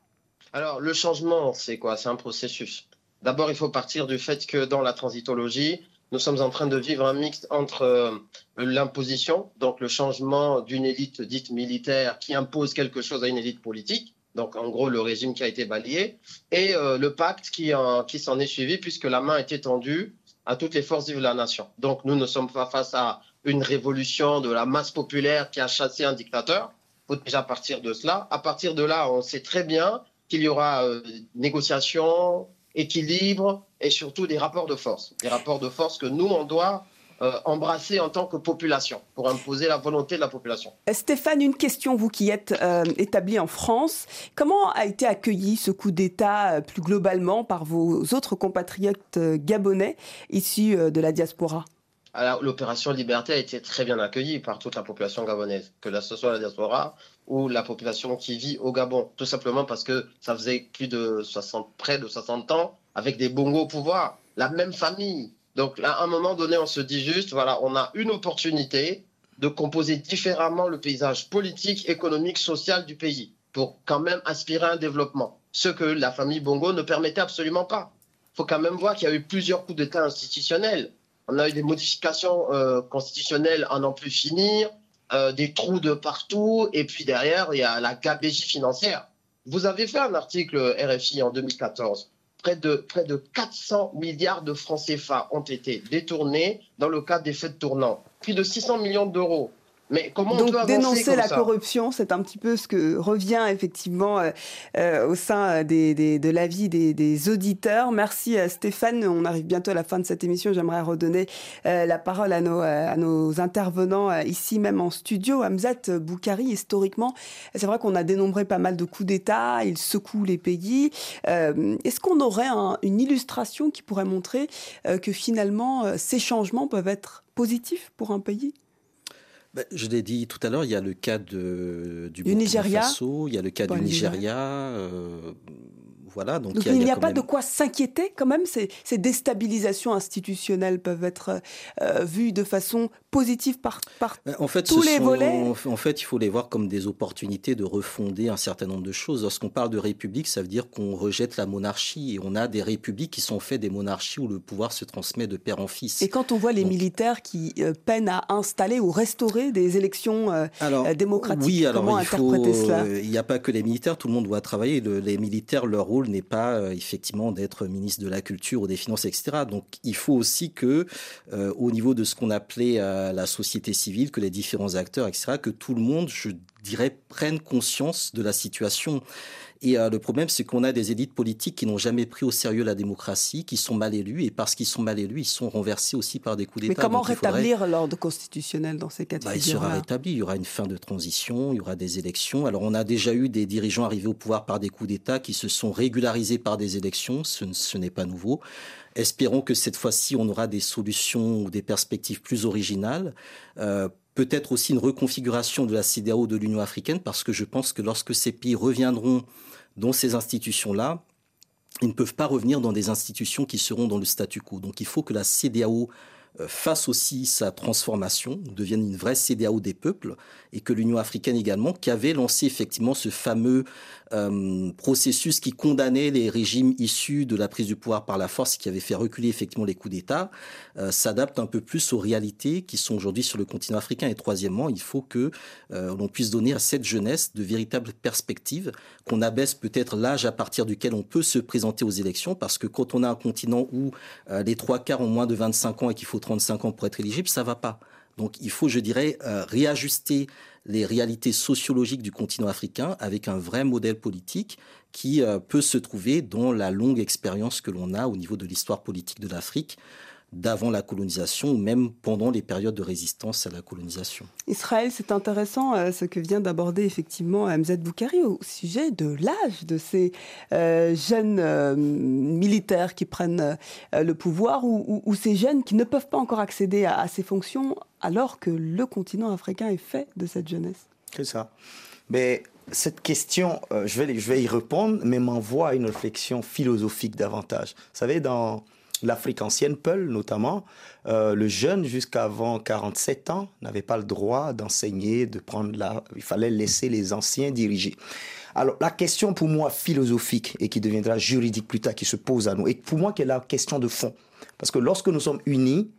Alors, le changement, c'est quoi? C'est un processus. D'abord, il faut partir du fait que dans la transitologie, nous sommes en train de vivre un mix entre euh, l'imposition, donc le changement d'une élite dite militaire qui impose quelque chose à une élite politique, donc en gros le régime qui a été balayé, et euh, le pacte qui, en, qui s'en est suivi puisque la main a été tendue à toutes les forces vives de la nation. Donc nous ne sommes pas face à une révolution de la masse populaire qui a chassé un dictateur. Il faut déjà partir de cela. À partir de là, on sait très bien qu'il y aura euh, négociation, équilibre et surtout des rapports de force. Des rapports de force que nous, on doit euh, embrasser en tant que population pour imposer la volonté de la population. Stéphane, une question, vous qui êtes euh, établi en France. Comment a été accueilli ce coup d'État euh, plus globalement par vos autres compatriotes euh, gabonais issus euh, de la diaspora? Alors, l'opération Liberté a été très bien accueillie par toute la population gabonaise, que ce soit la diaspora ou la population qui vit au Gabon. Tout simplement parce que ça faisait plus de soixante, près de soixante ans, avec des bongos au pouvoir, la même famille. Donc, à un moment donné, on se dit juste, voilà, on a une opportunité de composer différemment le paysage politique, économique, social du pays, pour quand même aspirer à un développement. Ce que la famille Bongo ne permettait absolument pas. Il faut quand même voir qu'il y a eu plusieurs coups d'État institutionnels. On a eu des modifications euh, constitutionnelles à n'en plus finir, euh, des trous de partout, et puis derrière, il y a la gabegie financière. Vous avez fait un article R F I en deux mille quatorze. Près de, près de quatre cents milliards de francs C F A ont été détournés dans le cadre des faits tournants. Plus de six cents millions d'euros. Mais comment Donc on peut avancer dénoncer comme la ça? corruption, c'est un petit peu ce que revient effectivement euh, euh, au sein des, des, de l'avis des, des auditeurs. Merci euh, Stéphane, on arrive bientôt à la fin de cette émission. J'aimerais redonner euh, la parole à nos, euh, à nos intervenants euh, ici même en studio. Hamzat Boukari, historiquement, c'est vrai qu'on a dénombré pas mal de coups d'État, ils secouent les pays. Euh, est-ce qu'on aurait un, une illustration qui pourrait montrer euh, que finalement euh, ces changements peuvent être positifs pour un pays ? Ben, je l'ai dit tout à l'heure, il y a le cas de, du Du Burkina Nigeria. Faso, il y a le cas Bon, du le Nigeria. Nigeria. Euh, voilà, donc, Donc il y a, il n'y il y a, a quand pas même... de quoi s'inquiéter quand même. Ces, ces déstabilisations institutionnelles peuvent être euh, vues de façon positive par, par En fait, tous ce les sont- volets. En fait, il faut les voir comme des opportunités de refonder un certain nombre de choses. Lorsqu'on parle de république, ça veut dire qu'on rejette la monarchie. Et on a des républiques qui sont faites des monarchies où le pouvoir se transmet de père en fils. Et quand on voit les Donc- militaires qui euh, peinent à installer ou restaurer des élections euh, Alors, euh, démocratiques, oui, alors comment il faut, interpréter cela? euh, il n'y a pas que les militaires, tout le monde doit travailler. Le- les militaires, leur rôle n'est pas euh, effectivement d'être ministre de la culture ou des finances, et cetera. Donc il faut aussi que, euh, au niveau de ce qu'on appelait euh, la société civile, que les différents acteurs, et cetera, que tout le monde, je dirais, prenne conscience de la situation. Et euh, le problème, c'est qu'on a des élites politiques qui n'ont jamais pris au sérieux la démocratie, qui sont mal élus, et parce qu'ils sont mal élus, ils sont renversés aussi par des coups d'État. Mais comment Donc, il faudrait- rétablir l'ordre constitutionnel dans ces cas de bah, il sera figure-là? rétabli. Il y aura une fin de transition, il y aura des élections. Alors, on a déjà eu des dirigeants arrivés au pouvoir par des coups d'État qui se sont régularisés par des élections. Ce, n- ce n'est pas nouveau. Espérons que cette fois-ci, on aura des solutions ou des perspectives plus originales. Euh, Peut-être aussi une reconfiguration de la C E D E A O de l'Union africaine, parce que je pense que lorsque ces pays reviendront dans ces institutions-là, ils ne peuvent pas revenir dans des institutions qui seront dans le statu quo. Donc il faut que la C E D E A O euh, fasse aussi sa transformation, devienne une vraie C E D E A O des peuples, et que l'Union africaine également, qui avait lancé effectivement ce fameux euh, processus qui condamnait les régimes issus de la prise du pouvoir par la force, qui avait fait reculer effectivement les coups d'État, euh, s'adapte un peu plus aux réalités qui sont aujourd'hui sur le continent africain. Et troisièmement, il faut que euh, l'on puisse donner à cette jeunesse de véritables perspectives, qu'on abaisse peut-être l'âge à partir duquel on peut se présenter aux élections, parce que quand on a un continent où euh, les trois quarts ont moins de vingt-cinq ans et qu'il faut trente-cinq ans pour être éligible, ça va pas. Donc il faut, je dirais, euh, réajuster les réalités sociologiques du continent africain avec un vrai modèle politique qui euh, peut se trouver dans la longue expérience que l'on a au niveau de l'histoire politique de l'Afrique, d'avant la colonisation ou même pendant les périodes de résistance à la colonisation. Israël, c'est intéressant euh, ce que vient d'aborder effectivement Amzad Boukari au sujet de l'âge de ces euh, jeunes euh, militaires qui prennent euh, le pouvoir ou, ou, ou ces jeunes qui ne peuvent pas encore accéder à, à ces fonctions alors que le continent africain est fait de cette jeunesse. C'est ça. Mais cette question, euh, je, vais, je vais y répondre, mais m'envoie à une réflexion philosophique davantage. Vous savez, dans l'Afrique ancienne, Peul notamment, euh, le jeune jusqu'avant quarante-sept ans n'avait pas le droit d'enseigner, de prendre la... Il fallait laisser les anciens diriger. Alors la question pour moi philosophique et qui deviendra juridique plus tard, qui se pose à nous, et pour moi qui est la question de fond. Parce que lorsque nous sommes unis,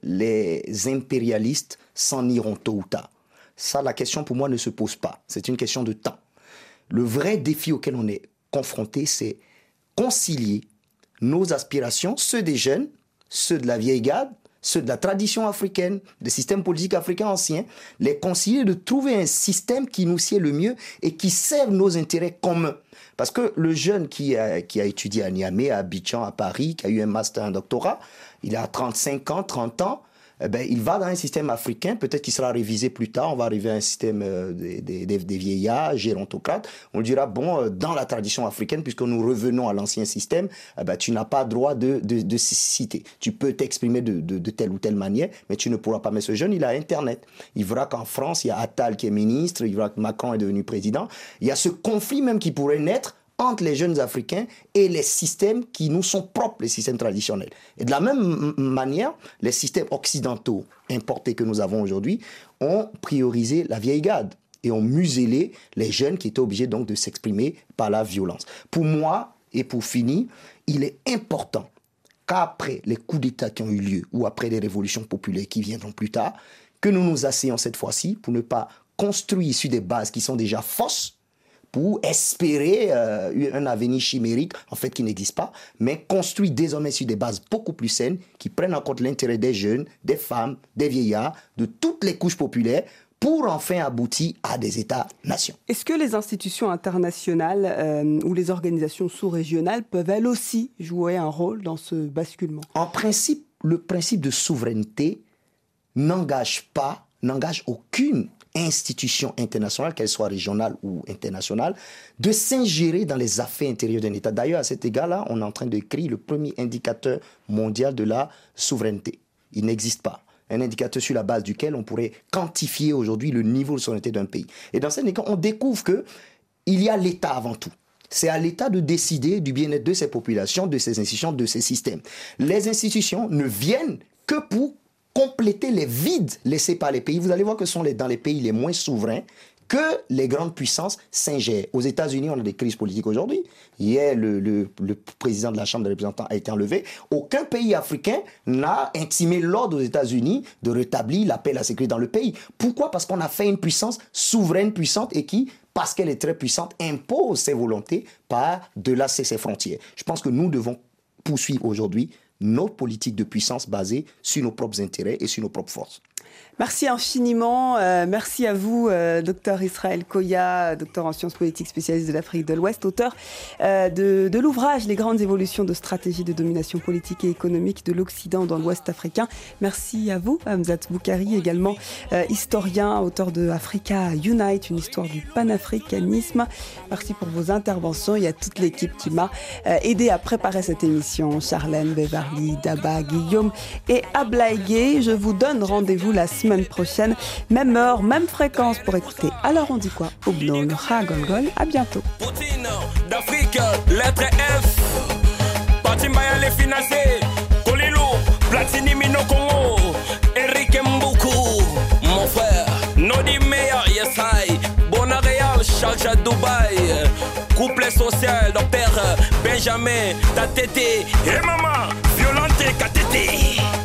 les impérialistes s'en iront tôt ou tard. Ça, la question pour moi ne se pose pas. C'est une question de temps. Le vrai défi auquel on est confronté, c'est concilier nos aspirations, ceux des jeunes, ceux de la vieille garde, ceux de la tradition africaine, des systèmes politiques africains anciens, les concilier de trouver un système qui nous sied le mieux et qui serve nos intérêts communs. Parce que le jeune qui a, qui a étudié à Niamey, à Abidjan, à Paris, qui a eu un master, un doctorat, il a trente-cinq ans, trente ans, eh ben, il va dans un système africain, peut-être qu'il sera révisé plus tard, on va arriver à un système euh, des, des, des vieillards, gérontocrates, on lui dira, bon, euh, dans la tradition africaine, puisque nous revenons à l'ancien système, eh ben, tu n'as pas droit de, de, de citer. Tu peux t'exprimer de, de, de telle ou telle manière, mais tu ne pourras pas. Mais ce jeune, il a Internet. Il verra qu'en France, il y a Attal qui est ministre, il verra que Macron est devenu président. Il y a ce conflit même qui pourrait naître entre les jeunes Africains et les systèmes qui nous sont propres, les systèmes traditionnels. Et de la même manière, les systèmes occidentaux importés que nous avons aujourd'hui ont priorisé la vieille garde et ont muselé les jeunes qui étaient obligés donc de s'exprimer par la violence. Pour moi, et pour finir, il est important qu'après les coups d'État qui ont eu lieu ou après les révolutions populaires qui viendront plus tard, que nous nous asseyons cette fois-ci pour ne pas construire sur des bases qui sont déjà fausses, pour espérer euh, un avenir chimérique, en fait, qui n'existe pas, mais construit désormais sur des bases beaucoup plus saines, qui prennent en compte l'intérêt des jeunes, des femmes, des vieillards, de toutes les couches populaires, pour enfin aboutir à des États-nations. Est-ce que les institutions internationales euh, ou les organisations sous-régionales peuvent elles aussi jouer un rôle dans ce basculement ? En principe, le principe de souveraineté n'engage pas, n'engage aucune institution internationale, qu'elle soit régionale ou internationale, de s'ingérer dans les affaires intérieures d'un État. D'ailleurs, à cet égard-là, on est en train d'écrire le premier indicateur mondial de la souveraineté. Il n'existe pas. Un indicateur sur la base duquel on pourrait quantifier aujourd'hui le niveau de souveraineté d'un pays. Et dans cet indicateur, on découvre qu'il y a l'État avant tout. C'est à l'État de décider du bien-être de ses populations, de ses institutions, de ses systèmes. Les institutions ne viennent que pour compléter les vides laissés par les pays. Vous allez voir que ce sont les, dans les pays les moins souverains que les grandes puissances s'ingèrent. Aux États-Unis, on a des crises politiques aujourd'hui. Hier, le, le, le président de la Chambre des représentants a été enlevé. Aucun pays africain n'a intimé l'ordre aux États-Unis de rétablir la paix et la sécurité dans le pays. Pourquoi ? Parce qu'on a fait une puissance souveraine, puissante, et qui, parce qu'elle est très puissante, impose ses volontés par-delà ses frontières. Je pense que nous devons poursuivre aujourd'hui notre politique de puissance basée sur nos propres intérêts et sur nos propres forces. Merci infiniment. Euh, merci à vous, euh, docteur Israël Koya, docteur en sciences politiques, spécialiste de l'Afrique de l'Ouest, auteur euh, de, de l'ouvrage « Les grandes évolutions de stratégie de domination politique et économique de l'Occident dans l'Ouest africain ». Merci à vous, Amzad Boukari, également euh, historien, auteur de Africa Unite, une histoire du panafricanisme. Merci pour vos interventions et à toute l'équipe qui m'a euh, aidé à préparer cette émission. Charlène, Beverly, Daba, Guillaume et Ablaïgué. Je vous donne rendez-vous la semaine prochaine, même heure, même fréquence pour écouter Alors on dit quoi au Bno le Golgol. À bientôt. Poutine d'Afrique, lettre F. Patimbaya les financés. Kolilo, Platini Mino Congo. Eric Mboukou, mon frère. Nodi Meya, Yesai. Bonaréal, Charles Dubaï. Couple social, docteur Benjamin, ta tété. Et maman, violente, Katété.